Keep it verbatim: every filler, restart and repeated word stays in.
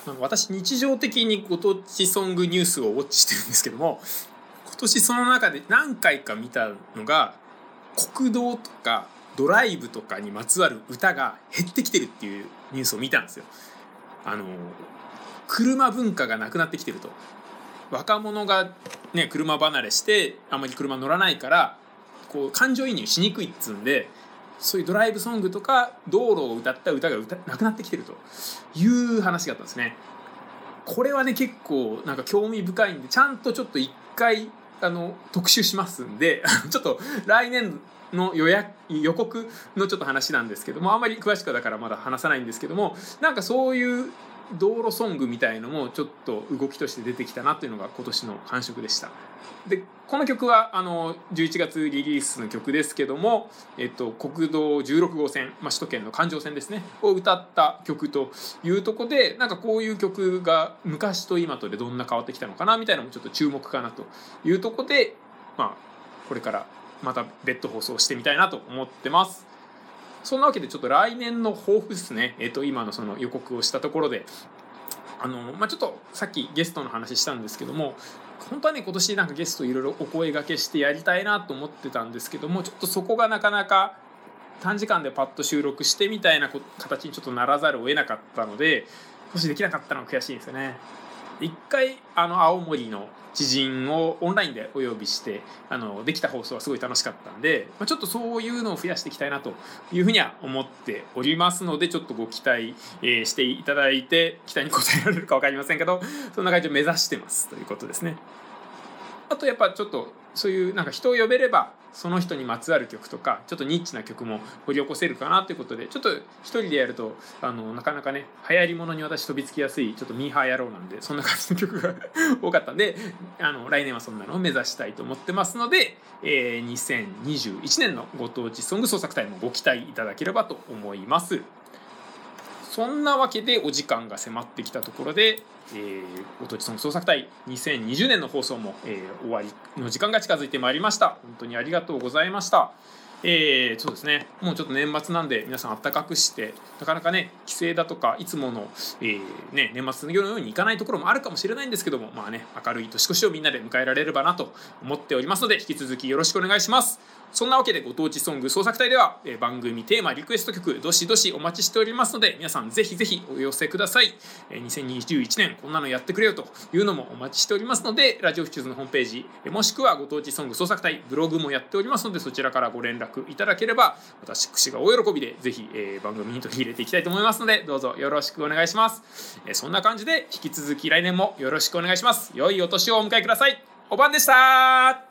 私日常的にご当地ソングニュースをウォッチしてるんですけども、今年その中で何回か見たのが、国道とかドライブとかにまつわる歌が減ってきてるっていうニュースを見たんですよ。あの車文化がなくなってきてると。若者がね車離れしてあんまり車乗らないからこう感情移入しにくいっつうんで、そういうドライブソングとか道路を歌った歌が歌なくなってきてるという話があったんですね。これはね結構なんか興味深いんで、ちゃんとちょっと一回あの特集しますんでちょっと来年の予約予告のちょっと話なんですけども、あんまり詳しくはだからまだ話さないんですけども、なんかそういう道路ソングみたいのもちょっと動きとして出てきたなっていうのが今年の感触でした。でこの曲はあのじゅういちがつリリースの曲ですけども、えっと、国道じゅうろく号線、まあ、首都圏の環状線ですねを歌った曲というところで、なんかこういう曲が昔と今とでどんな変わってきたのかなみたいなのもちょっと注目かなというところで、まあ、これからまた別途放送してみたいなと思ってます。そんなわけでちょっと来年の抱負ですね、えっと、今のその予告をしたところであの、まあ、ちょっとさっきゲストの話したんですけども、本当はね今年なんかゲストいろいろお声掛けしてやりたいなと思ってたんですけども、ちょっとそこがなかなか短時間でパッと収録してみたいな形にちょっとならざるを得なかったので、少しできなかったのが悔しいんですよね。一回あの青森の知人をオンラインでお呼びしてあのできた放送はすごい楽しかったんで、まあ、ちょっとそういうのを増やしていきたいなというふうには思っておりますので、ちょっとご期待、えー、していただいて、期待に応えられるか分かりませんけど、そんな感じを目指してますということですね。あとやっぱちょっとそういうなんか人を呼べればその人にまつわる曲とかちょっとニッチな曲も掘り起こせるかなということで、ちょっと一人でやるとあのなかなかね流行り物に私飛びつきやすいちょっとミーハー野郎なんで、そんな感じの曲が多かったんで、あの来年はそんなのを目指したいと思ってますので、えー、にせんにじゅういちねんのご当地ソング創作隊もご期待いただければと思います。そんなわけでお時間が迫ってきたところで、えー、ご当地ソング創作隊にせんにじゅうねんの放送も、えー、終わりの時間が近づいてまいりました。本当にありがとうございました。えー、そうですね、もうちょっと年末なんで皆さん暖かくして、なかなかね帰省だとかいつもの、えーね、年末のように行かないところもあるかもしれないんですけども、まあね明るい年越しをみんなで迎えられればなと思っておりますので、引き続きよろしくお願いします。そんなわけでご当地ソング創作隊では、えー、番組テーマリクエスト曲どしどしお待ちしておりますので、皆さんぜひぜひお寄せください。えー、にせんにじゅういちねんこんなのやってくれよというのもお待ちしておりますので、ラジオフューチューズのホームページもしくはご当地ソング創作隊ブログもやっておりますので、そちらからご連絡いただければ私が大喜びでぜひ、えー、番組に取り入れていきたいと思いますので、どうぞよろしくお願いします。えー、そんな感じで引き続き来年もよろしくお願いします。良いお年をお迎えください。おばんでした。